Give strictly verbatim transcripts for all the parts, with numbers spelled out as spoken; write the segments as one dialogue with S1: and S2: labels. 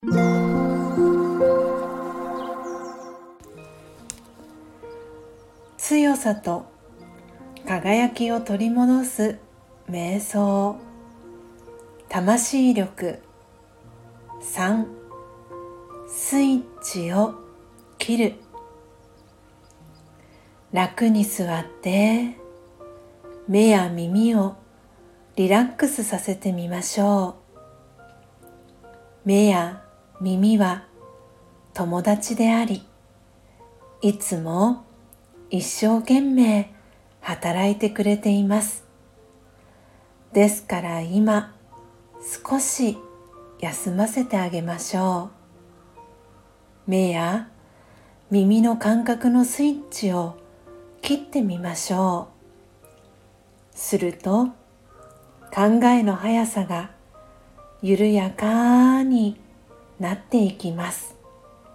S1: 強さと輝きを取り戻す瞑想。魂力さん、スイッチを切る。楽に座って目や耳をリラックスさせてみましょう。目や耳は友達であり、いつも一生懸命働いてくれています。ですから今少し休ませてあげましょう。目や耳の感覚のスイッチを切ってみましょう。すると考えの速さが緩やかになっていきます。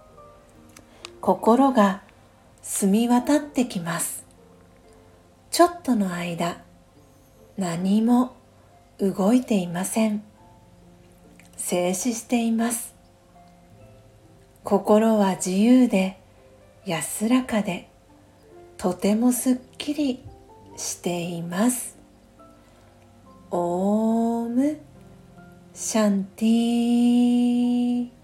S1: 心が澄み渡ってきます。ちょっとの間、何も動いていません。静止しています。心は自由で安らかで、とてもすっきりしています。オームシャンティー。